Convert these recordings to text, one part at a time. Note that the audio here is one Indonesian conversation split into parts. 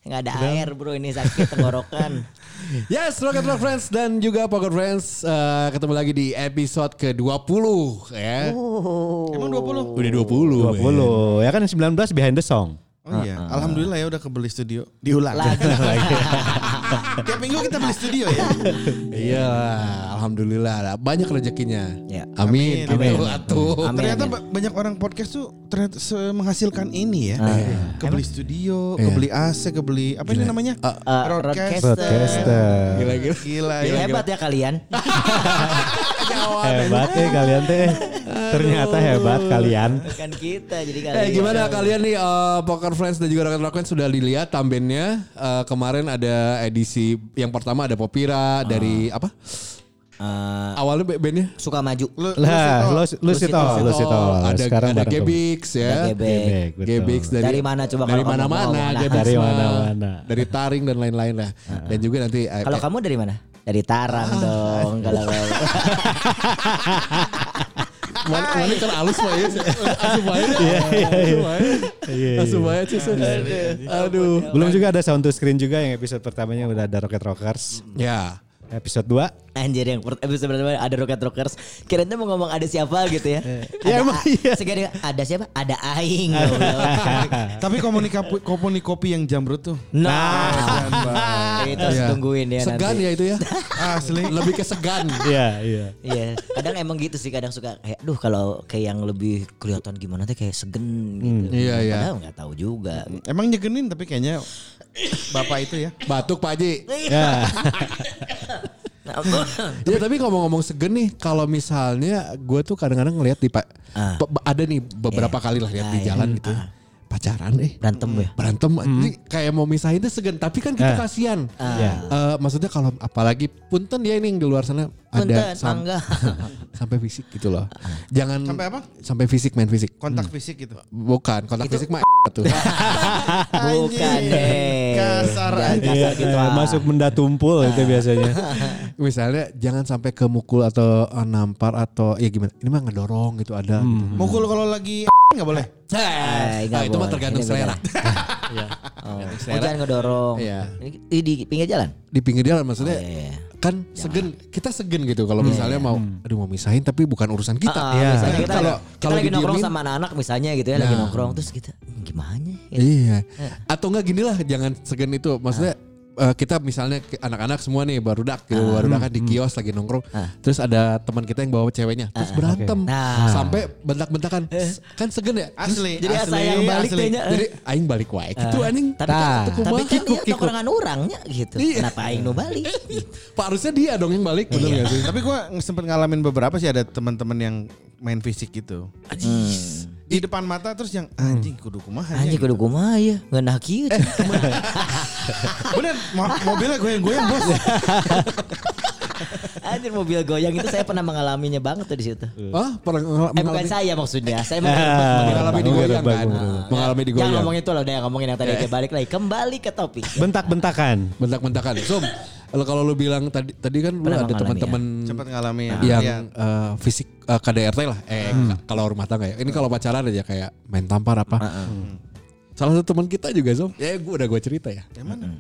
Nggak ada air bro, ini sakit tenggorokan. Yes, Rocket Rock Friends dan juga Poker Friends, ketemu lagi di episode ke-20 ya. Emang 20? Udah 20. 20. Ya kan 19 behind the song. Oh iya, alhamdulillah ya udah kebeli studio. Diulang. Lagi. Tiap minggu kita beli studio ya. Iya, alhamdulillah banyak rezekinya. Ya. Amin. Amin. Gitu atuh. Amin. Ternyata banyak orang podcast tuh ternyata menghasilkan ini ya. Kebeli studio, Iya. kebeli AC, kebeli apa ini namanya? Broadcaster. Gila ya. Hebat ya kalian. Hebat ya kalian teh. Ternyata hebat kalian. Bukan kita jadi kalian. Gimana kalian nih Poker Friends dan juga Rocket Rock Friends sudah dilihat thumbnailnya? Kemarin ada edisi yang pertama ada Popira dari apa? Awalnya bandnya Suka maju. Lu sih tau. ada Sekarang ada bareng Gebix ya. Gebek. Gebix Dari mana coba dari kalau mana-mana, ngomong? Gebix Dari mah. mana-mana. Dari Taring dan lain-lain lah. Dan juga nanti Kalau kamu dari mana? Dari Tarang dong. Kalau Mana kan halus Pak ya. Asup aja. Asup aja sih. Aduh. Belum juga ada sound to screen juga yang episode pertamanya udah ada Rocket Rockers. Ya. Episode 2. anjir yang episode pertama ada Rocket Rockers. Kirain mau ngomong ada siapa gitu ya. Ya emang iya. Sekali ada siapa? Ada Aing. Tapi kopi yang jamrut tuh. Nah, itu harus Iya. tungguin ya Segan nanti. ya itu ya. Asli. Lebih ke segan. Iya. Iya, kadang emang gitu sih, kadang suka kayak kalau kayak yang lebih kelihatan gimana tuh kayak segen gitu. Iya, iya. Padahal nggak tahu juga. Emang nyegenin tapi kayaknya bapak itu ya. Batuk Pak Haji. Ya. Ya tapi ngomong-ngomong segen nih, kalau misalnya gue tuh kadang-kadang ngeliat di ada nih beberapa kali lah lihat di jalan gitu. Pacaran Berantem ya. berantem ini kayak mau misahin tuh segen, tapi kan kita kasihan. Maksudnya kalau apalagi punten dia ini yang di luar sana ada Punten, mangga. sampai fisik gitu loh. Jangan Sampai apa? Sampai fisik, main fisik. Kontak fisik gitu. Bukan, kontak fisik mah tuh. Bukan deh. Kasar Jangan aja. kasar gitu. Masuk benda tumpul itu biasanya. Misalnya jangan sampai ke mukul atau nampar atau ya gimana. Ini mah ngedorong gitu ada. Mukul kalau lagi nggak boleh. Nggak Itu mah boleh. tergantung Ini selera. Oh, jangan ngedorong. Iya. Ini di pinggir jalan. Di pinggir jalan maksudnya Iya. kan segen, kita segen gitu kalau misalnya mau misahin tapi bukan urusan kita. Misalnya Tapi kita, kita lagi nongkrong sama anak-anak misalnya gitu ya, lagi nongkrong terus kita gimana gitu. Iya. Atau enggak gini lah, jangan segen itu. Maksudnya kita misalnya anak-anak semua nih barudak gitu, barudak kan di kios lagi nongkrong. Terus ada teman kita yang bawa ceweknya, terus berantem sampai bentak-bentakan. Kan segen ya? Asli. Jadi asa yang balik asli. tehnya. Jadi aing balik wae gitu anjing. Tapi kan dia Kikuk. tongkrongan orangnya gitu. Iya. Kenapa aing nu balik? Pak harusnya dia dong yang balik, bener gak sih? Tapi gue sempet ngalamin beberapa sih ada teman-teman yang main fisik gitu. Di depan mata terus yang anjing kudu kumaha. Anjing kudu kumaha ya, ngeunah kieu. Bener, mobilnya goyang-goyang bos. Anjir mobil goyang itu saya pernah mengalaminya banget tuh di situ. Pernah Bukan saya maksudnya, saya mengalami digoyang kan? Bener. Mengalami digoyang. Jangan ngomong itu loh, udah ngomongin yang tadi balik lagi. Kembali ke topik. Bentak-bentakan. Bentak-bentakan. Kalau lu bilang tadi kan lu Pernah ada mengalami teman-teman Sempat ngalamin yang fisik KDRT lah. Kalau rumah tangga ya. Ini kalau pacaran aja kayak main tampar apa. Salah satu teman kita juga gue udah cerita ya. Yang mana?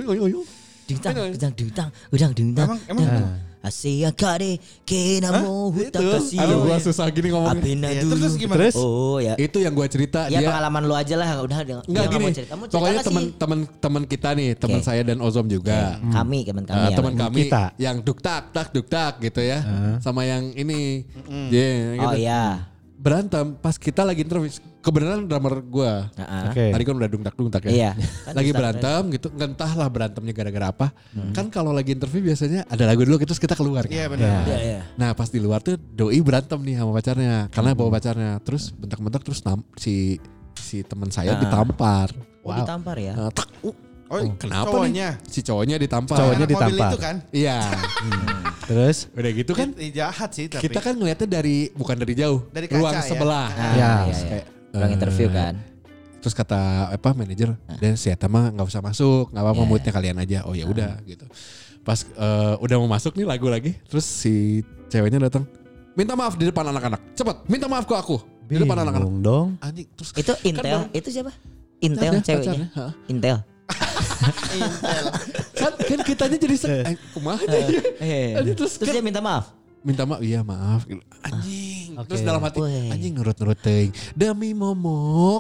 Dintang. Emang Asia kare kenamo hutang kasih. Aduh gue susah gini ngomongin. Apena ya, dulu. terus gimana? Terus? Oh ya. Itu yang gue cerita Ya dia. pengalaman lu aja lah, udah dia Enggak nggak gini. mau cerita. Kamu cerita Pokoknya nggak sih? teman kita nih, teman saya dan Ozom juga. Kami teman kami ya. Teman kami Kita. yang duk-tak gitu ya. Sama yang ini. Gitu. Oh iya. Berantem pas kita lagi interview. Kebenaran drummer gue. Oke. Tadi kan udah dungtak ya. Iya. Lagi berantem gitu. Entahlah berantemnya gara-gara apa. Kan kalau lagi interview biasanya ada lagu dulu terus kita keluar kan. Iya benar. Iya. Nah pas di luar tuh doi berantem nih sama pacarnya. Karena bawa pacarnya. Terus bentak-bentak terus si teman saya ditampar. Oh ditampar ya. Tak, Oh, kenapa cowoknya? nih? Si cowoknya ditampar. Cowoknya Anak mobil ditampar. itu kan? Iya. Terus? Udah gitu kan. Jahat sih tapi. Kita kan ngeliatnya bukan dari jauh. Dari kaca ruang ya? sebelah. Iya. Terus kayak, Orang interview kan. Terus kata manajer, dan si Eta mah nggak usah masuk, nggak apa-apa moodnya kalian aja. Oh ya udah gitu. Pas udah mau masuk nih lagu lagi, terus si ceweknya datang, minta maaf di depan anak-anak, cepet, minta maaf ke aku di depan anak-anak. Bingung dong. Anjing, terus Itu Intel, itu siapa? Intel Pacarnya, ceweknya. pacarnya, Intel. kan kitanya jadi kumaha aja. Terus dia minta maaf. Minta maaf, iya maaf. Anjing. Oke. Terus dalam hati, Weh. anjing nurut-nurut teuing. Demi momok.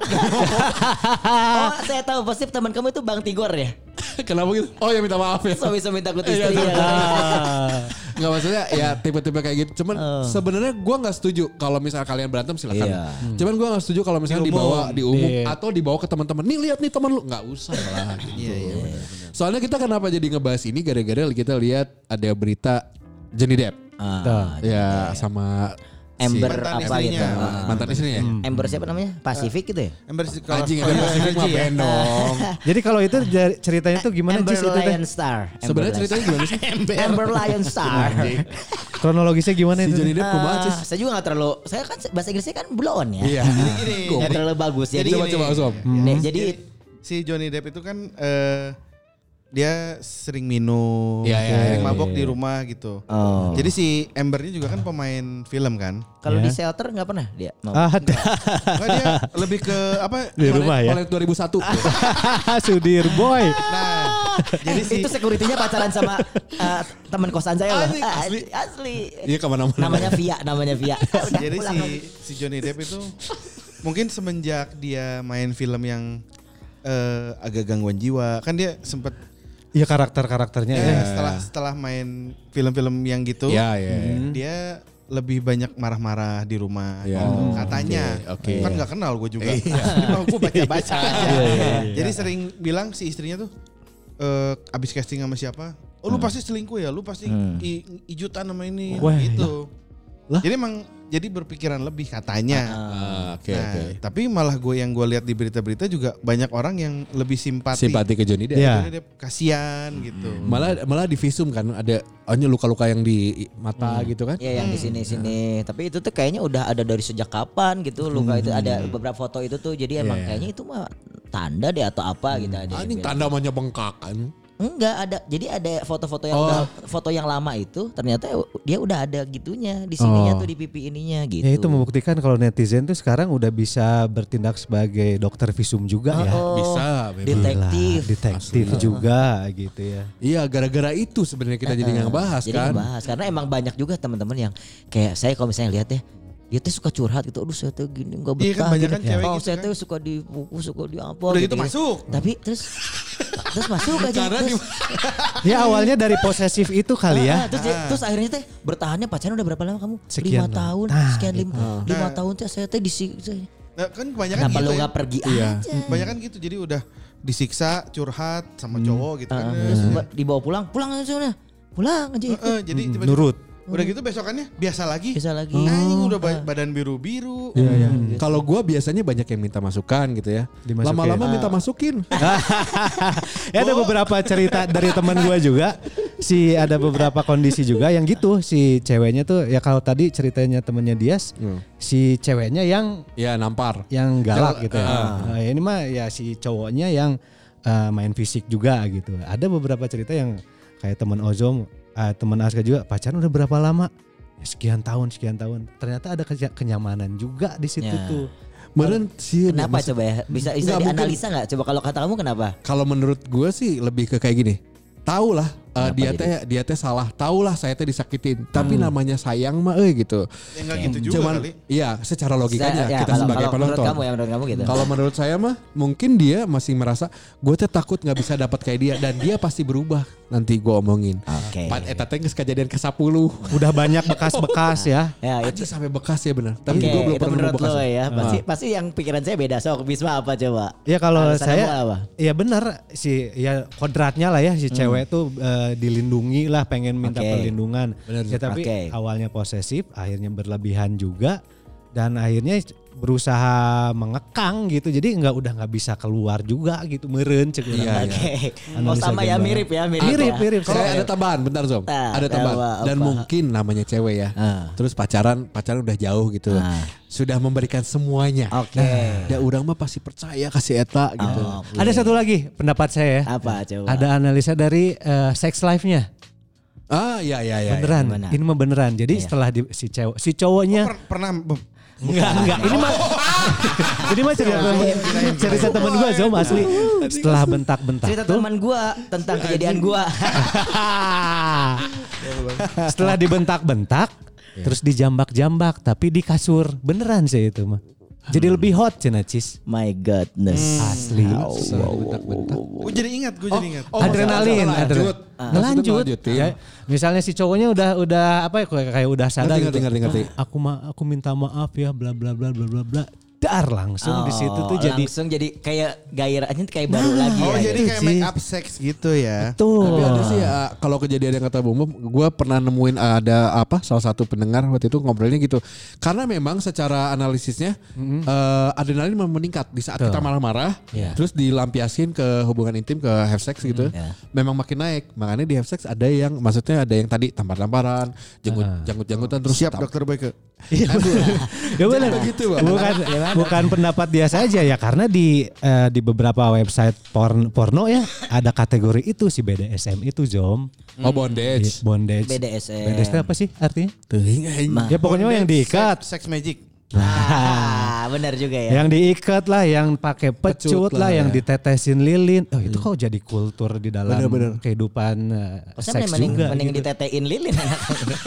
Oh, saya tahu pasti teman kamu itu Bang Tigor ya. Kenapa gitu? Oh ya minta maaf ya. Suami minta takut Iya, istri ya. Nggak maksudnya ya tipe-tipe kayak gitu. Cuman sebenarnya gue nggak setuju kalau misalnya kalian berantem silakan. Iya. Cuman gue nggak setuju kalau misalnya dibawa di umum atau dibawa ke teman-teman. Nih lihat nih teman lu, nggak usah lah. Gitu. Iya. Soalnya kita kenapa jadi ngebahas ini gara-gara kita lihat ada berita Johnny Depp. Ya sama Ember mantan apa gitu. istrinya. mantan istrinya ya. Ember siapa namanya? Pasifik gitu ya? Ember kalau Anjing ada Pasifik mah band dong. Jadi kalau itu ceritanya tuh gimana Ember Jis itu teh? Lion Star. Sebenarnya ceritanya gimana sih? Ember Lion Star. Kronologisnya gimana Si itu? Johnny Depp kumaha Cis? Saya juga gak terlalu, saya kan bahasa Inggrisnya kan blown ya. Iya. Gak terlalu bagus. Jadi Coba-coba Om. jadi si Johnny Depp itu kan dia sering minum, Iya, sering iya, mabok iya. di rumah gitu. Oh. Jadi si Embernya juga kan pemain film kan. kalau Ya. di shelter nggak pernah dia mau. Ada Enggak dia lebih ke apa? di rumah ya. Oleh 2001. Sudir boy. Nah, jadi si Itu securitynya pacaran sama teman kosan saya loh. Anjing, asli. Asli. Iya kemana-mana. Namanya Via. Udah, jadi pulang. si Johnny Depp itu mungkin semenjak dia main film yang agak gangguan jiwa, kan dia sempat Iya karakternya ya. setelah main film-film yang gitu, Iya, iya. dia lebih banyak marah-marah di rumah Ya. gitu. Katanya. Oke. Kan nggak kenal gue juga. Gue baca-baca aja. Jadi sering bilang si istrinya tuh abis casting sama siapa, oh lu pasti selingkuh ya, lu pasti ijutan sama ini Wah, gitu. Lah? Jadi emang jadi berpikiran lebih katanya. Oke, Nah, oke. tapi malah yang gue lihat di berita-berita juga banyak orang yang lebih simpati. Simpati ke Johnny Depp. Iya. Johnny Depp, kasihan gitu. Malah di visum kan ada luka-luka yang di mata gitu kan. Ya yang di sini. Tapi itu tuh kayaknya udah ada dari sejak kapan gitu luka itu ada beberapa foto itu tuh jadi emang kayaknya itu mah tanda deh atau apa gitu ada. yang Anjing bilang. tanda namanya bengkak kan. Enggak ada. Jadi ada foto-foto yang foto yang lama itu ternyata dia udah ada gitunya di sininya tuh di pipi ininya gitu. Ya itu membuktikan kalau netizen tuh sekarang udah bisa bertindak sebagai dokter visum juga ya. Bisa memang. Detektif. Gila, detektif juga gitu ya. Iya gara-gara itu sebenarnya kita jadi ngebahas Jadi kan. ngebahas karena emang banyak juga teman-teman yang kayak saya kalau misalnya lihat dia tuh suka curhat gitu, aduh saya tuh gini nggak Iya betah kan, banyak gitu. kan cewek Oh gitu saya kan. tuh suka dipukul, suka di apa Udah gitu masuk. Tapi terus masuk aja. Terus, Ya awalnya dari posesif itu kali ya. terus akhirnya teh bertahannya pacaran udah berapa lama kamu? Sekian 5 lah. tahun, Nah, sekian 5 tahun teh saya teh Nah, kan kebanyakan kenapa gitu lu ya. nggak pergi Iya. aja? Banyak kan gitu, jadi udah disiksa, curhat sama cowok gitu kan. Terus dibawa pulang aja sana. Pulang aja. Jadi tiba-tiba Nurut. udah gitu besokannya biasa lagi. Bisa lagi. Anjing udah badan biru-biru. Kalau gue biasanya banyak yang minta masukan gitu ya. Dimasukin. Lama-lama minta masukin. Ya ada beberapa cerita dari teman gue juga. Ada beberapa kondisi juga yang gitu. Si ceweknya tuh ya kalau tadi ceritanya temennya Dias. Si ceweknya yang Ya nampar. galak gitu ya. Nah, ini mah ya si cowoknya yang main fisik juga gitu. Ada beberapa cerita yang kayak teman Ozom, teman Aska juga pacaran udah berapa lama? Ya, sekian tahun. Ternyata ada kenyamanan juga di situ Ya. tuh. Meren sih. Kenapa coba ya? Bisa Nggak, dianalisa nggak? Coba kalau kata kamu kenapa? Kalau menurut gue sih lebih ke kayak gini. Tahu lah dia teh salah. Tahu lah saya teh disakitin. Tapi namanya sayang mah gitu. Ya enggak gitu juga Cuman kali. iya secara logikanya Ya, kita sebagai menurut penonton. kamu ya menurut kamu gitu. Kalau menurut saya mah mungkin dia masih merasa gue teh takut nggak bisa dapat kayak dia dan dia pasti berubah nanti gue omongin. Oke. Pan eta teh geus kejadian ke-10. Udah banyak bekas-bekas ya. Ya itu. Anjing sampai bekas ya benar. Tapi Oke, gue belum itu pernah nemu menurut bekas. lo ya. Pasti yang pikiran saya beda. Sok Bisma apa coba? Ya kalau Alasan saya kamu apa? ya benar ya kodratnya lah ya si cewek tuh dilindungi lah pengen minta Oke. perlindungan. Ya tapi Oke. awalnya posesif, akhirnya berlebihan juga dan akhirnya berusaha mengekang gitu. Jadi udah nggak bisa keluar juga gitu meren cek urang. Iya, iya. Oke. Oh Analisa sama ya gambar. mirip ya. Mirip. Saya ada tambahan, bentar Zom. Nah, Ada tambahan. apa? Dan mungkin namanya cewek ya. Terus pacaran udah jauh gitu. Sudah memberikan semuanya. Oke. Ya orang mah pasti percaya kasih eta gitu. Oke. Ada satu lagi pendapat saya ya. Apa coba? Ada analisa dari sex life-nya. Ah iya. Beneran. Gimana? Ini mah beneran. Jadi setelah si cowoknya Pernah Enggak. Ini mah cerita teman gua Zom asli. Setelah bentak-bentak Cerita tuh. teman gua tentang kejadian gua. Setelah dibentak-bentak, terus dijambak-jambak, tapi di kasur. Beneran sih itu mah. Jadi lebih hot cina Cis. My godness. Asli. Gue jadi ingat. Adrenalin. Ngelanjut. Ngelanjutin. Ya, misalnya si cowoknya udah apa ya kayak udah sadar gitu. Ngerti. Aku minta maaf ya bla bla bla bla bla bla. Dar langsung di situ tuh jadi langsung jadi kayak gairahnya kayak baru lagi Oh ya. jadi kayak make up sex gitu ya. tuh. Tapi ada sih ya, kalau kejadian yang kata Bumbu, gue pernah nemuin ada salah satu pendengar waktu itu ngobrolnya gitu. Karena memang secara analisisnya adrenalin meningkat di saat kita marah-marah, terus dilampiasin ke hubungan intim, ke have sex gitu, memang makin naik. Makanya di have sex ada yang, maksudnya ada yang tadi tampar-tamparan, janggut-janggutan terus. Siap Dokter Boyke. Ya benar. Gitu, Bang. Bukan pendapat dia saja ya, karena di beberapa website porno ya ada kategori itu si BDSM itu Zom. Oh bondage. Bondage. BDSM. BDSM itu apa sih artinya? Mah. Ya pokoknya yang diikat. Sex magic. Benar juga ya. Yang diikat lah, yang pakai pecut lah, yang ya. ditetesin lilin. Oh itu kok jadi kultur di dalam kehidupan seks juga. Mending gitu. ditetein lilin anak.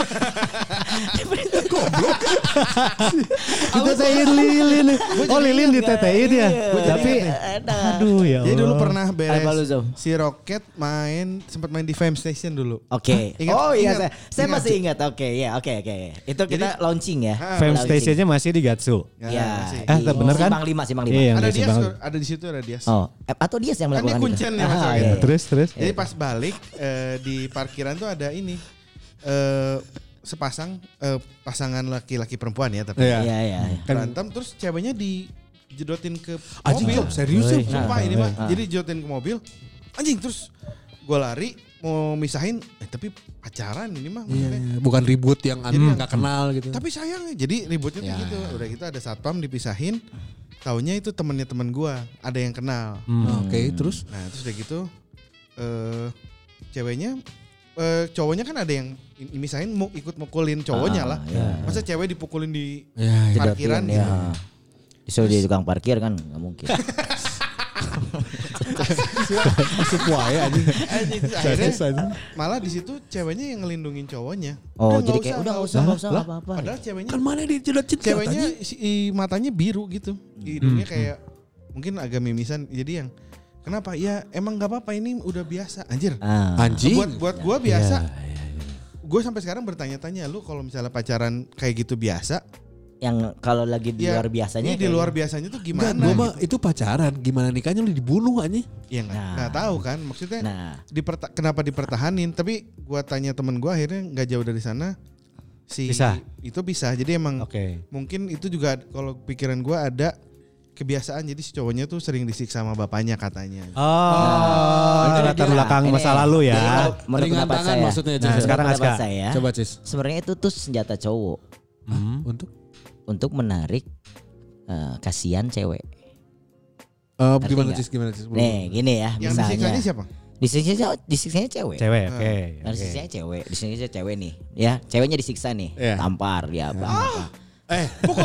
Ditetein lilin. Oh lilin ditetein ya. Tapi aduh ya Allah. Jadi dulu pernah Apa lu, beres Zom? si Rocket sempat main di Fame Station dulu. Oke. Ingat- Oh iya, ingat- saya ingat. masih ingat. Oke. Itu kita launching ya. Fame Launching. Station-nya masih di Gatsu. Ya. masih. Bener kan? Simpang 5. Iya, yang Ada di Dias, Simpang. ada di situ ada Dias. Oh, atau dia yang Kan dia melakukan itu. kuncen ya Mas Ah, Rocket. iya. Terus. Jadi pas balik di parkiran tuh ada ini sepasang pasangan laki-laki perempuan ya tapi Iya. Iya. berantem terus ceweknya dijedotin ke Anjing, mobil. Zom, serius, Zom? Sumpah ini Nah. mah. Jadi dijedotin ke mobil. Anjing terus gue lari mau misahin tapi pacaran ini mah maksudnya. Bukan ribut yang Jadi nggak kenal gitu. Tapi sayang jadi ributnya tuh gitu. Udah gitu ada satpam dipisahin. Taunya itu temennya teman gua, ada yang kenal. Oke, terus Nah, terus udah gitu cowoknya kan ada yang misahin mau ikut mukulin cowoknya lah. iya. Masa cewek dipukulin di ya, parkiran gitu. Ya. Disuruh di tukang parkir kan nggak mungkin. asup wae anjing. Terus akhirnya malah di situ ceweknya yang ngelindungin cowoknya. Oh, Udah, jadi nggak kayak udah nggak nggak usah apa-apa. Padahal ceweknya Kan mana dijedot-jedot ceweknya matanya biru gitu. Hidungnya kayak mungkin agak mimisan. Jadi yang kenapa? Ya emang nggak apa-apa ini udah biasa. Anjir. anjing. Buat gua biasa. Gue sampai sekarang bertanya-tanya lu kalau misalnya pacaran kayak gitu biasa. Yang kalau lagi di Ya, luar biasanya di luar biasanya tuh gimana? Enggak, gua mah gitu. itu pacaran, gimana nikahnya lu dibunuh anjing. Ya nggak tahu kan maksudnya. Nah. Kenapa dipertahanin? Tapi gua tanya temen gua akhirnya nggak jauh dari sana. Itu bisa. Jadi emang mungkin itu juga kalau pikiran gua ada kebiasaan jadi si cowoknya tuh sering disiksa sama bapaknya katanya. Latar belakang masa lalu ya. Jadi kalau menurut Ringan pendapat tangan saya, maksudnya, Cis. Nah, sekarang pendapat Aska. saya, Coba Cis. sebenarnya itu tuh senjata cowok untuk menarik kasihan cewek. Gimana nggak? Cis? Gimana Cis? Nih, gini ya, Yang misalnya. disiksanya siapa? Disiksanya cewek. Cewek, oke. Disiksanya cewek, disiksanya cewek nih. Ya, ceweknya disiksa nih, Iya. tampar ya apa. Pukul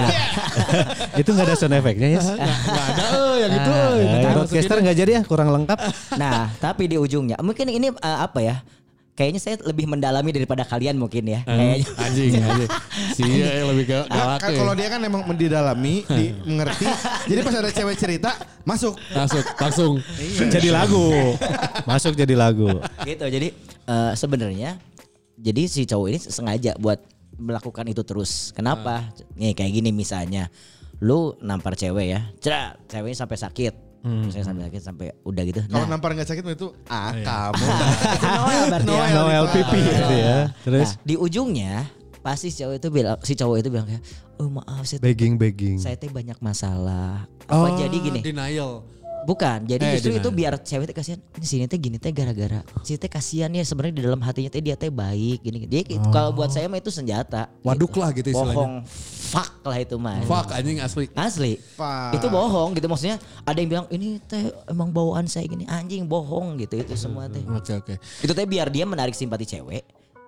Itu nggak ada sound effect-nya ya? Enggak ada yang itu. Podcaster nggak jadi ya, kurang lengkap. Nah, tapi di ujungnya mungkin ini apa ya? Kayaknya saya lebih mendalami daripada kalian mungkin ya. Kayaknya. Anjing. Sia lebih ke galak. Kalau dia kan emang mendalami, mengerti. Jadi pas ada cewek cerita, masuk. Langsung. Jadi lagu. Masuk jadi lagu. Gitu. Jadi sebenarnya jadi si cowok ini sengaja buat melakukan itu terus. Kenapa? Nih kayak gini misalnya. Lu nampar cewek ya. Cerak, ceweknya sampai sakit. Saya sampai sakit sampai udah gitu. Kalau nampar nggak sakit itu kamu. Noel berarti ya. Noel pipi gitu ya. Terus Nah, di ujungnya pasti si cowok itu bilang kayak, "Oh, maaf saya begging. saya teh banyak masalah." Apa jadi gini? Denial. Bukan, jadi justru denial. itu biar cewek teh kasihan. Ini sini teh gini teh gara-gara si teh kasihan ya sebenarnya di dalam hatinya teh dia teh baik gini. Dia kalau buat saya mah itu senjata. Waduk lah gitu istilahnya. Bohong, fuck lah itu mah. Fuck anjing asli. Asli. Fuck. Itu bohong gitu maksudnya. Ada yang bilang ini teh emang bawaan saya gini. Anjing bohong gitu itu semua teh. Oke. Itu teh biar dia menarik simpati cewek.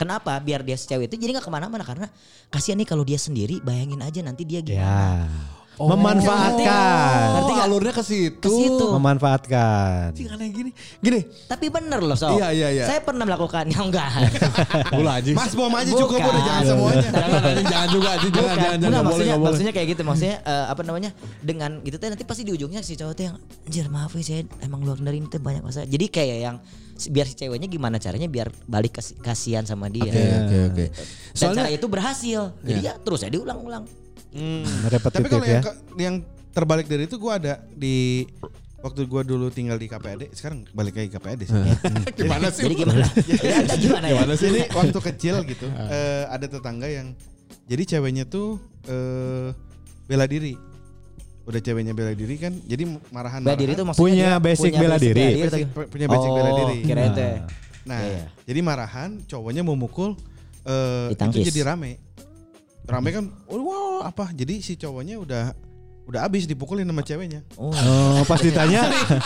Kenapa? Biar dia si cewek itu jadi nggak kemana-mana karena kasihan nih kalau dia sendiri, bayangin aja nanti dia gimana. Ya. Memanfaatkan. Ngerti alurnya ke situ. Ke situ. Memanfaatkan. Aneh gini. Tapi bener loh Sob. Iya. Saya pernah melakukan yang enggak. Bola anjing. Mas bom aja cukup udah jangan semuanya. Jangan juga anjing. Jangan. Maksudnya kayak gitu. Maksudnya dengan gitu teh nanti pasti di ujungnya si cowok teh yang anjir maaf ya saya emang luar dari ini teh banyak masalah. Jadi kayak yang biar si ceweknya gimana caranya biar balik kasihan sama dia. Oke. Soalnya cara itu berhasil. Jadi ya terus ya diulang-ulang. Repetitif. Tapi kalau ya. yang terbalik dari itu gue ada di waktu gue dulu tinggal di KPAD, sekarang balik lagi KPAD sih. Gimana sih? Jadi gimana ya? Jadi waktu kecil gitu ada tetangga yang jadi ceweknya tuh bela diri. Udah ceweknya bela diri kan, jadi marahan. Bela diri itu maksudnya punya basic bela diri. Punya basic bela diri. Kirain teh. Nah, jadi marahan, cowoknya mau mukul, itu jadi rame kan, wah apa? Jadi si cowoknya udah abis dipukulin sama ceweknya. Oh, pas ditanya,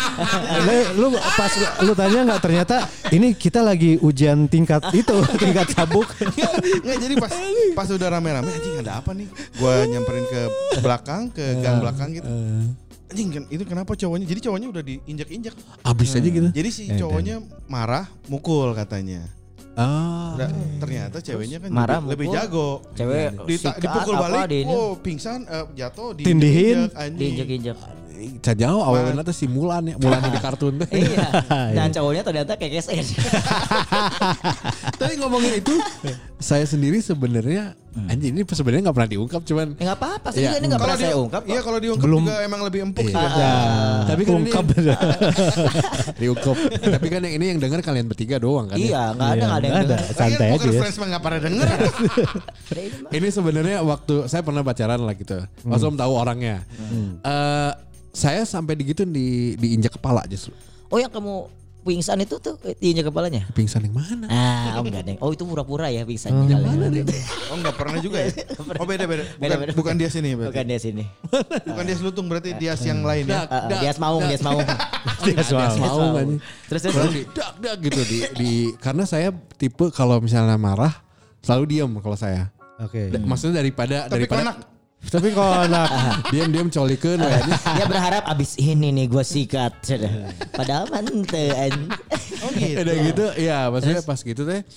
lu tanya nggak ternyata ini kita lagi ujian tingkat sabuk. Nggak, jadi pas udah rame-rame anjing ada apa nih? Gua nyamperin ke belakang, ke gang belakang gitu. Anjing kan itu kenapa cowoknya? Jadi cowoknya udah diinjak-injak. Abis aja gitu. Jadi si cowoknya marah, mukul katanya. Ternyata ceweknya kan marah, lebih jago. Cewek dipukul balik, pingsan, jatuh, tindihin, diinjak-injak. Jauh awalnya tuh si Mulan di kartun. Iya. Dan cowoknya ternyata kayak KSN. Tapi ngomongin itu, saya sendiri sebenarnya anjing ini sebenarnya nggak pernah diungkap, cuman nggak apa-apa sih ini nggak pernah saya ungkap. Iya kalau diungkap juga emang lebih empuk sih. Tapi kan ungkap diungkap. Tapi kan yang ini yang dengar kalian bertiga doang kan? Iya, nggak ada yang dengar. Santai aja. Friends mah nggak pernah denger. Ini sebenarnya waktu saya pernah pacaran lah gitu. Mas Om tahu orangnya. Saya sampai digituin diinjak kepala justru. Oh yang kamu pingsan itu tuh diinjak kepalanya? Pingsan yang mana? Enggak deh. Oh itu pura-pura ya pingsan. Yang mana nih? Oh enggak pernah juga ya? Oh beda. Bukan dia sini berarti. Bukan dia sini. Bukan dia selutung berarti dia yang lain ya. Dia maung. Terus dak gitu karena saya tipe kalau misalnya marah selalu diam kalau saya. Oke. Maksudnya daripada tapi kalau diam colikeun we. Dia berharap abis ini nih gue sikat. Padahal mantean. Oh gitu. Ada gitu ya maksudnya pas gitu teh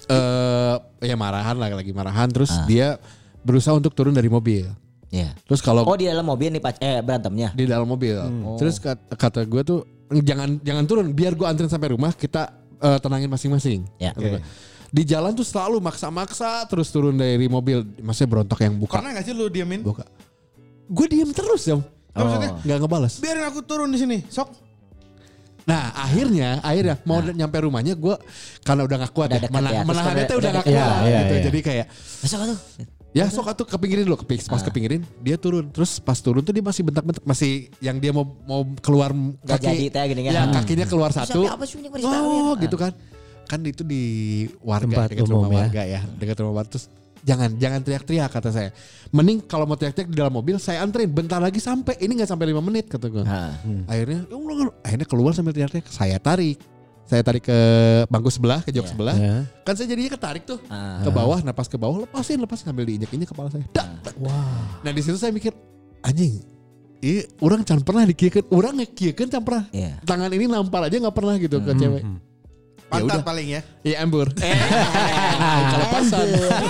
ya marahan lagi marahan terus dia berusaha untuk turun dari mobil. Iya. Terus kalau di dalam mobil nih berantemnya. Di dalam mobil. Terus kata gue tuh jangan turun biar gue anterin sampai rumah kita tenangin masing-masing. Ya. Di jalan tuh selalu maksa-maksa terus turun dari mobil. Maksudnya berontak yang buka. Pernah gak sih lu diemin? Buka. Gue diem terus ya. Maksudnya gak ngebalas. Biarin aku turun di sini, sok. Nah akhirnya mau nyampe rumahnya gue karena udah gak kuat menahannya tuh udah gak kuat gitu. Jadi kayak besok tuh. Ya sok atuh kepinggirin dulu pas kepinggirin dia turun terus pas turun tuh dia masih bentak-bentak masih yang dia mau keluar kaki kakinya keluar satu. Gitu kan itu di warga dekat rumah warga ya dekat rumah warga terus jangan teriak-teriak kata saya. Mending kalau mau teriak-teriak di dalam mobil saya anterin bentar lagi sampai ini nggak sampai 5 menit kata gue. Akhirnya keluar sambil teriak-teriak saya tarik ke bangku sebelah ke jok sebelah kan saya jadinya ketarik tuh ke bawah pas ke bawah lepasin sambil diinjak-injak kepala saya. Nah di situ saya mikir anjing orang can pernah dikiekeun orang ngekiekeun can pernah tangan ini nampar aja nggak pernah gitu ke cewek. Pantat paling ya. Iya embur. Kelepasan.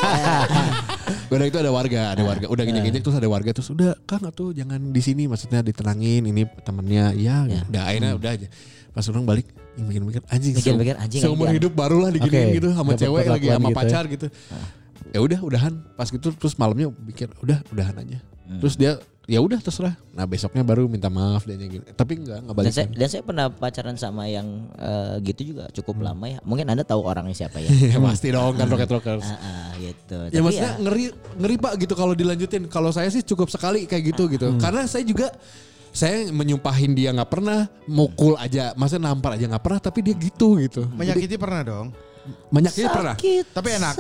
Udah itu ada warga. Udah gini-gini terus ada warga terus udah Kang atuh jangan di sini maksudnya ditenangin ini temannya. Iya, udah akhirnya udah aja. Pas orang balik mikir anjing. Seumur hidup barulah diginiin gitu sama cewek lagi sama pacar gitu. Ya udahan pas gitu terus malamnya mikir udahan aja. Terus dia ya udah terserah. Nah besoknya baru minta maaf dan gitu. Tapi enggak balik. Dan saya pernah pacaran sama yang gitu juga cukup lama ya. Mungkin Anda tahu orangnya siapa ya? Pasti dong kan Rockers. Gitu. Ya tapi maksudnya ngeri Pak gitu kalau dilanjutin. Kalau saya sih cukup sekali kayak gitu. Karena saya menyumpahin dia nggak pernah mukul aja, maksudnya nampar aja nggak pernah. Tapi dia gitu. Menyakiti pernah dong. Menyakiti pernah. Tapi enak.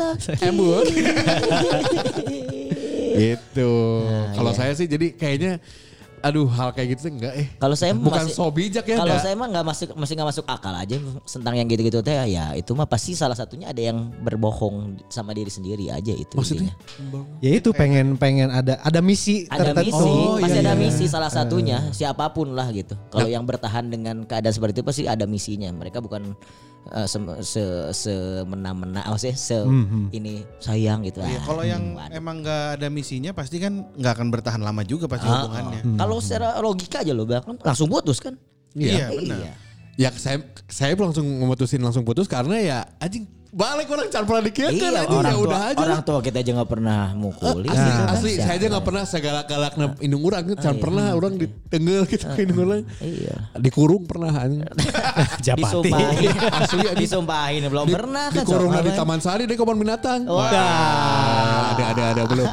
Embur. Gitu. Kalau saya sih jadi kayaknya aduh hal kayak gitu enggak Kalau saya bukan so bijak ya. Kalau saya mah masih nggak masuk akal aja tentang yang gitu-gitu teh ya itu mah pasti salah satunya ada yang berbohong sama diri sendiri aja itu. Maksudnya? Intinya. Ya itu pengen ada misi Ada tertentu. misi, pasti iya, ada iya. misi salah satunya siapapun lah gitu. Kalau yang bertahan dengan keadaan seperti itu pasti ada misinya. Mereka bukan semena-mena, maksudnya ini sayang gitu. Iya, kalau yang emang nggak ada misinya pasti kan nggak akan bertahan lama juga pasti hubungannya. Kalau secara logika aja lo bahkan langsung putus kan? Iya, benar. Iya. Ya saya langsung langsung putus karena ya anjing balik orang can pernah dikirakan Iya, aja ya udah aja. orang tua kita aja nggak pernah mukuli. Asli saya aja nggak pernah segalak-galak indung orang can pernah orang ditenggel gitu indung orang. Iya. Dikurung pernah anjing. Japati. Disumpahin, Asli anjing. disumpahin belum pernah kan? Dikurung soalnya. di Taman Sari di kebun binatang. Wah. Ada belum.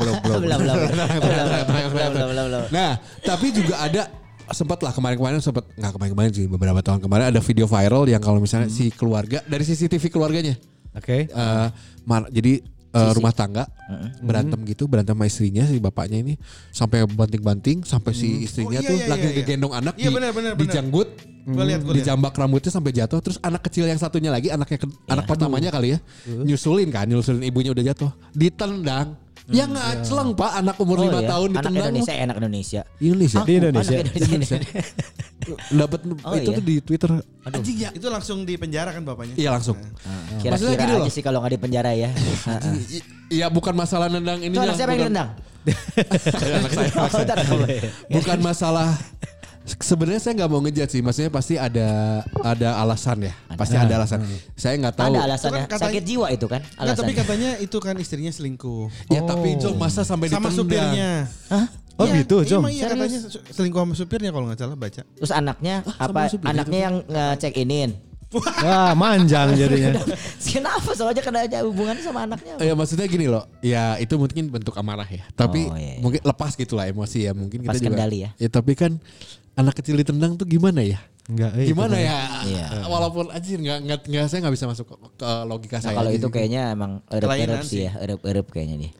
Belum. Nah, tapi juga ada sempat lah kemarin kemarin sih beberapa tahun kemarin ada video viral yang kalau misalnya si keluarga dari CCTV keluarganya. Oke. Jadi rumah tangga berantem sama istrinya si bapaknya ini sampai banting-banting sampai si istrinya Oh, tuh iya, lagi iya. ngegendong anak Iya, benar. dijanggut Gua lihat. dijambak rambutnya sampai jatuh terus anak kecil yang satunya lagi anak pertamanya kali ya nyusulin ibunya udah jatuh ditendang ya ngacleng pak anak umur 5 tahun Anak ditendang Indonesia. Indonesia Di Indonesia. dapat itu iya? tuh di Twitter anjing ya Itu langsung di penjara kan bapaknya? iya langsung Maksudnya Kira-kira gini aja loh. sih kalau nggak di penjara ya. Iya bukan masalah nendang ini Itu anak siapa yang ditendang? bukan masalah sebenarnya saya nggak mau ngejat sih maksudnya pasti ada alasan ya pasti ada alasan saya nggak tahu Ada alasannya. Itu kan katanya- Sakit jiwa itu kan Nggak, tapi alasannya. katanya itu kan istrinya selingkuh. ya tapi Jong masa sampai Sama ditendang supirnya. Oh Iya, gitu, Jom. Iya katanya selingkuh sama supirnya kalau nggak salah baca. Terus anaknya apa? supir Anaknya yang ngecek inin. Wah, manjang jadinya. Kenapa soalnya kena ada hubungannya sama anaknya? ya maksudnya gini loh ya itu mungkin bentuk amarah ya tapi Oh, iya. mungkin lepas gitulah emosi ya mungkin kita Lepas juga kendali ya. tapi kan anak kecil ditendang tuh gimana ya Enggak, gimana ya Iya. walaupun anjir nggak saya nggak bisa masuk ke logika Nah, saya kalau aja itu sih. kayaknya emang erup Kelainan sih ya, erup kayaknya dia.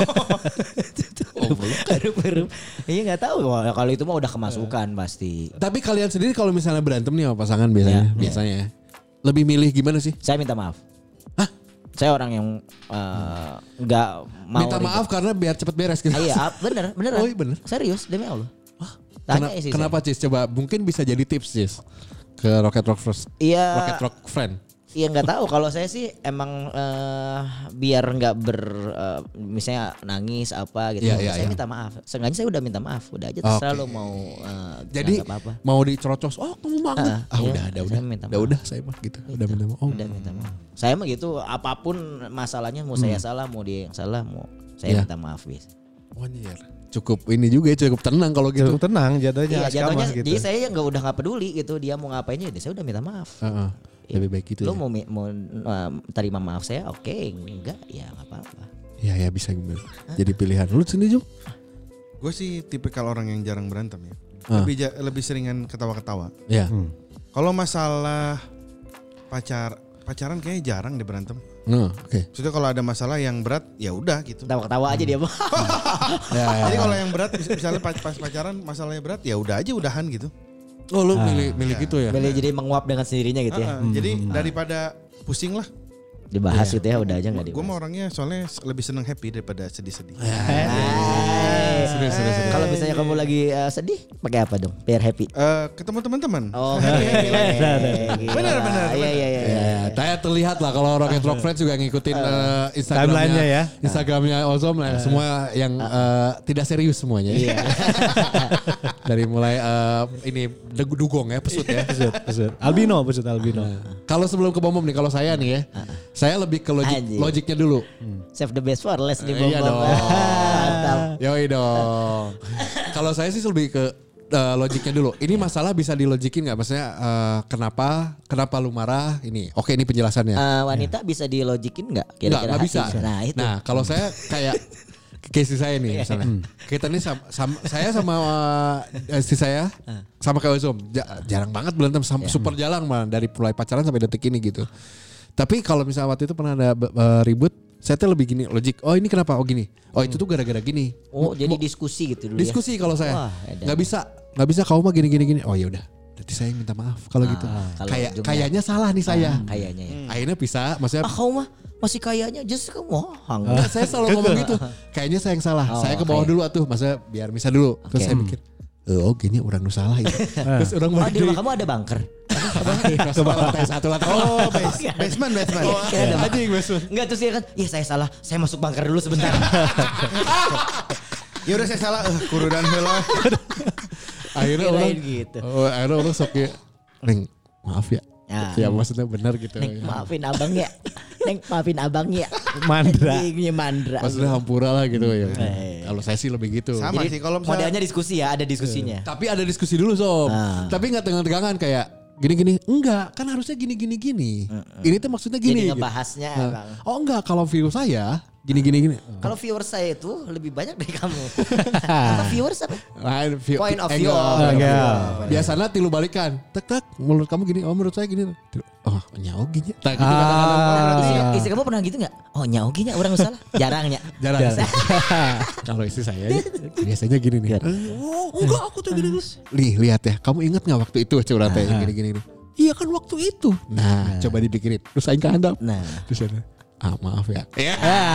Oh, belum. Erup. Iya nggak tahu kalau itu mah udah kemasukan pasti. Tapi kalian sendiri kalau misalnya berantem nih sama pasangan biasanya ya. Lebih milih gimana sih? Saya minta maaf. Saya orang yang nggak mau Minta maaf karena biar cepet beres gitu. Iya, bener. Oh, iya bener. Serius demi Allah. Tanya sih. Kenapa Cis? Coba mungkin bisa jadi tips Cis ke Rocket Rock First. Iya. Rocket Rock Friend. Iya nggak tahu kalau saya sih emang biar nggak misalnya nangis apa gitu. Iya, Saya iya. minta maaf. Seenggaknya saya udah minta maaf. Udah aja terserah Oke. lo mau Jadi nggak apa-apa. mau dicerocos, oh kamu banget. Iya, saya minta maaf. Udah saya mah gitu. Udah minta maaf. Oh. Udah minta maaf. Saya mah gitu apapun masalahnya mau saya salah mau dia yang salah mau saya Iya. minta maaf bis. Oh, anjir. Cukup ini juga ya, cukup tenang kalau gitu. Cukup tenang Iya jatuhnya. jatuhnya askamah gitu. jadi saya udah nggak peduli gitu dia mau ngapain ya saya udah minta maaf. Heeh. Lebih baik gitu. Lo Ya. mau terima maaf saya oke enggak ya nggak apa-apa. Ya bisa gitu. Jadi pilihan lu sendiri Jum. Gue sih tipikal orang yang jarang berantem ya. Lebih seringan ketawa-ketawa. Ya. Kalau masalah pacaran kayaknya jarang deh berantem. No, oke. Maksudnya kalau ada masalah yang berat ya udah gitu. Ketawa-ketawa aja dia. Ya. Jadi kalau yang berat misalnya pas pacaran masalahnya berat ya udah aja udahan gitu. Oh, lu milih gitu ya. Boleh jadi menguap dengan sendirinya gitu ya. Jadi daripada pusing lah. Dibahas gitu ya udah aja nggak Gue dibahas. mah orangnya soalnya lebih seneng happy daripada sedih-sedih. Serius. Kalau misalnya kamu lagi sedih, pakai apa dong? Biar happy. Ketemu teman-teman. Oh, benar. Benar. Iya. Ya, saya terlihat lah kalau Rocket Rock Friends juga ngikutin Timeline-nya ya. Instagramnya Ozom lah, semua yang tidak serius semuanya. Iya. Dari mulai ini dugong ya, pesut ya. Pesut. Albino. Kalau sebelum ke bom nih, kalau saya nih ya, saya lebih ke Anjing. logiknya dulu. Save the best for last di Iya bom. dong. Mantap. Yoi dong. Kalau saya sih lebih ke logiknya dulu. Ini masalah bisa dilogikin nggak? Maksudnya kenapa lu marah? Ini, oke ini penjelasannya. Wanita bisa dilogikin nggak? Kira-kira Nggak bisa. hati? Nah itu. Nah kalau saya kayak case saya nih misalnya. Kita nih saya sama istri saya sama kayak Ozom jarang banget berantem super jarang malah dari mulai pacaran sampai detik ini gitu. Tapi kalau misalnya waktu itu pernah ada ribut Saya tuh lebih gini logik. Oh ini kenapa? Oh gini. Oh itu tuh gara-gara gini. Oh jadi diskusi gitu dulu Diskusi kalau saya. Wah, Nggak bisa kamu mah gini. Oh ya udah. Berarti saya yang minta maaf kalau gitu. Kayaknya salah nih saya. Kayaknya ya. Akhirnya bisa. Maksudnya. Kamu mah masih kayaknya just kamu Enggak, saya selalu ngomong gitu. Kayaknya saya yang salah. Saya ke bawah dulu atuh. Maksudnya biar bisa dulu. Terus saya mikir. Oh gini orang nu salah itu. Terus orang di rumah kamu ada bunker. Ke bawah satu lantai. Oh, basement. Anjing basement. Enggak terus dia kan, iya saya salah, saya masuk bunker dulu sebentar. Ya udah saya salah, kurudan heula. Akhirnya orang gitu. Akhirnya orang sok ya, Neng, maaf ya. Ya maksudnya benar gitu. Neng, maafin abang ya. Neng, maafin abang ya. Mandra. Mandra. Maksudnya hampura lah gitu ya. Kalau saya sih lebih gitu. Sama Jadi, sih kalau misalnya modelnya diskusi ya, ada diskusinya. Tapi ada diskusi dulu Sob. Tapi nggak tegang-tegangan kayak gini-gini. Enggak, kan harusnya gini. Ini tuh maksudnya gini. Jadi ngebahasnya Bang. Oh enggak, kalau view saya gini. Kalau viewers saya itu lebih banyak dari kamu. Apa viewers apa? Point of view. Biasanya tilu balikan. Tak, menurut kamu gini. Oh menurut saya gini. Oh nyao gini. Tak gitu Istri kamu pernah gitu gak? Oh nyao gini orang salah. Jarang. Kalau istri saya biasanya gini nih. Oh enggak aku tuh gini. Lihat ya. Kamu ingat gak waktu itu curhat yang gini. Iya kan waktu itu. Nah coba dipikirin. Terus aing kehandap. Nah. Terus ya. Maaf ya. Ya.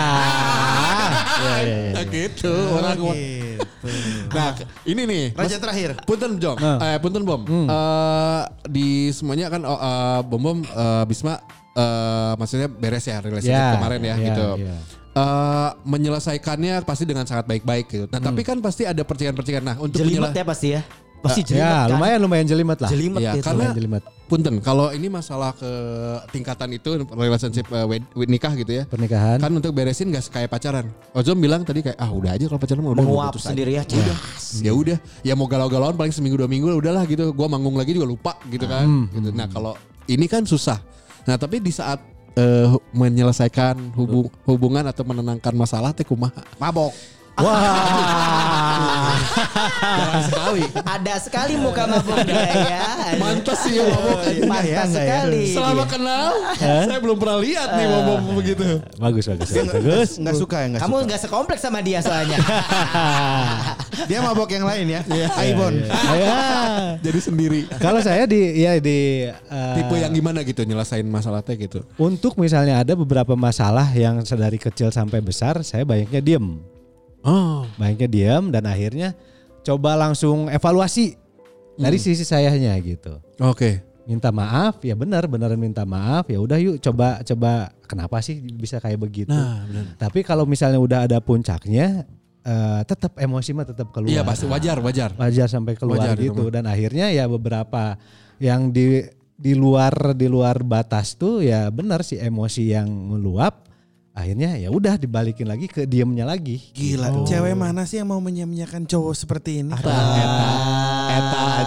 Gitu orang gitu. Nah, ini nih. Raja terakhir. Punten Bom. Di semuanya kan Bom Bisma maksudnya beres ya relationship kemarin ya gitu. Menyelesaikannya pasti dengan sangat baik-baik gitu. Nah, tapi kan pasti ada percikan-percikan. Nah, untuk jelimet ya pasti ya. Pasti jelimet kan. Lumayan jelimet lah. Jelimet ya, itu. Karena jelimet. Punten, kalau ini masalah ke tingkatan itu relationship nikah gitu ya. Pernikahan. Kan untuk beresin gak kayak pacaran. Ozom bilang tadi kayak udah aja kalau pacaran udah menguap sendiri ya. Ya udah, ya mau galau-galauan paling seminggu 2 minggu udahlah gitu. Gua manggung lagi juga lupa gitu kan. Gitu. Nah, kalau ini kan susah. Nah, tapi di saat menyelesaikan hubungan atau menenangkan masalah teh kumaha? Mabok. Wah. Sekali. Ada sekali muka mabuk ya. Mantas sih ya mabok. Mantas sekali. Selama kenal, saya belum pernah lihat nih mabok begitu. Bagus. Enggak suka ya, enggak suka. Kamu enggak sekompleks sama dia soalnya. Dia mabok yang lain ya. Aibon. Jadi sendiri. Kalau saya di tipe yang gimana gitu nyelesain masalahnya gitu. Untuk misalnya ada beberapa masalah yang dari kecil sampai besar, saya banyaknya diem. Banyaknya diem dan akhirnya coba langsung evaluasi dari sisi sayanya gitu. Oke. Minta maaf, ya beneran minta maaf, ya udah yuk coba kenapa sih bisa kayak begitu. Nah, benar. Tapi kalau misalnya udah ada puncaknya, tetap emosi mah tetap keluar. Iya pasti wajar. Wajar sampai keluar gitu dan akhirnya ya beberapa yang di luar batas tuh ya benar sih emosi yang meluap. Akhirnya ya udah dibalikin lagi ke diemnya lagi. Gila, cewek mana sih yang mau menyia-nyiakan cowok seperti ini? Eta.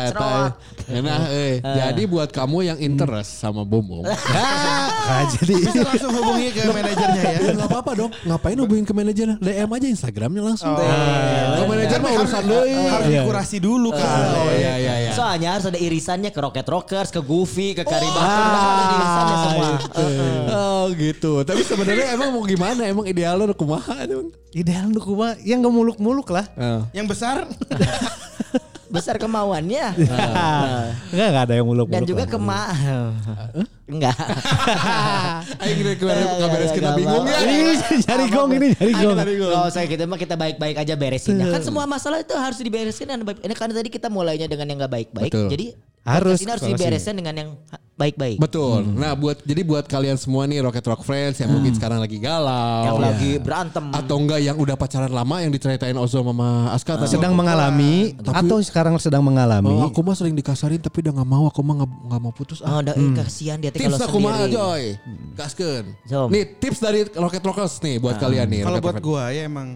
Jadi buat kamu yang interest sama Bom. Jadi bisa langsung hubungi ke manajernya ya. Enggak apa-apa dong. Ngapain hubungin ke manajernya? DM aja Instagramnya langsung. Ke manajer mah urusan deui. Harus dikurasi dulu kan. Oh iya. Soalnya harus ada irisannya ke Rocket Rockers, ke Goofy, ke Karibah. Ada irisannya semua. Oh gitu. Tapi sebenarnya emang mau gimana? Emang idealnya kumaha emang? Ideal untuk gua yang gak muluk-muluk lah. Yang besar besar kemauannya. Enggak ada yang muluk-muluk. Dan juga enggak. Ayo kita beres kita bingung ya. Nyari gong. Kalau saya kita baik-baik aja beresin. Kan semua masalah itu harus diberesin dan baik. Ini karena tadi kita mulainya dengan yang enggak baik-baik. Jadi harus diberesin dengan yang baik-baik. Betul. Nah, buat kalian semua nih Rocket Rock Friends yang mungkin sekarang lagi galau, yang lagi berantem atau enggak yang udah pacaran lama yang diceritain Ozo sama Aska tadi sedang mengalami atau sekarang sedang mengalami. Aku mah sering dikasarin tapi udah enggak mau, aku mah enggak mau putus. Kasihan dia kalau sendiri. Tips aku mah Joy. Gaskeun. Nih tips dari Rocket Rockers nih buat kalian nih. Kalau buat gua ya emang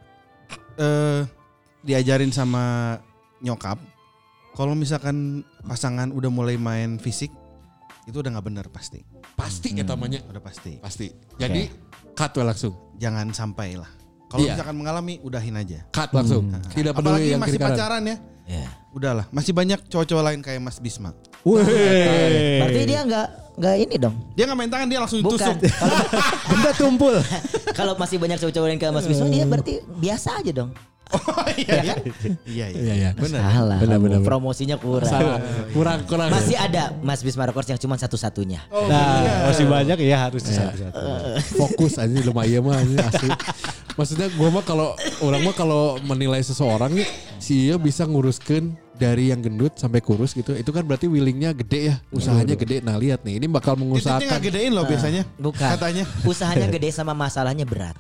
diajarin sama nyokap. Kalau misalkan pasangan udah mulai main fisik, itu udah nggak benar pasti. Pasti ya namanya. Udah pasti. Jadi cut langsung. Jangan sampai lah. Kalau misalkan mengalami, udahin aja. Cut langsung. Tidak peduli apalagi yang masih kiri kanan. pacaran ya. Udahlah. Masih banyak cowok-cowok lain kayak Mas Bisma. Berarti dia nggak ini dong. Dia nggak main tangan, dia langsung Bukan. ditusuk. Benda tumpul. Kalau masih banyak cowok-cowok yang ke Mas Bisma, dia berarti biasa aja dong. Oh iya. Iya. Salah. Benar. Promosinya kurang. Kurang. Masih ada Mas Bisma Records yang cuma satu-satunya. Masih banyak ya harus satu-satu. Fokus aja lumayan mah ini asli. Maksudnya gue mah kalau menilai seseorang nih, si Iyo bisa nguruskan dari yang gendut sampai kurus gitu. Itu kan berarti willingnya gede ya, usahanya gede. Nah lihat nih, ini bakal Itu mengusahakan. nggak gedein loh biasanya. Bukan. Katanya. Usahanya gede sama masalahnya berat.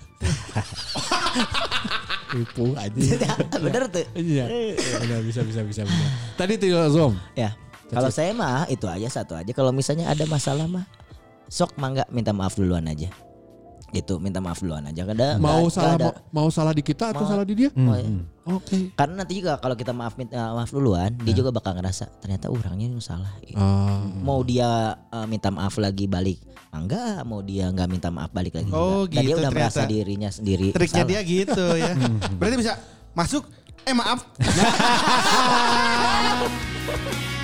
Tipu aja. Bener tuh. Iya. Benar, bisa. Tadi tuh Zom. Ya. Kalau saya mah itu aja satu aja. Kalau misalnya ada masalah mah sok mangga minta maaf duluan aja. Gitu, minta maaf duluan aja. Mau salah di kita atau salah di dia? Oke. Karena nanti juga kalau kita minta maaf duluan, dia juga bakal ngerasa ternyata orangnya yang salah. Gitu. Mau dia minta maaf lagi balik, enggak. Mau dia nggak minta maaf balik lagi. Oh Dan gitu. dia udah ternyata. merasa dirinya sendiri. Triknya salah. dia gitu ya. Berarti bisa masuk. Maaf.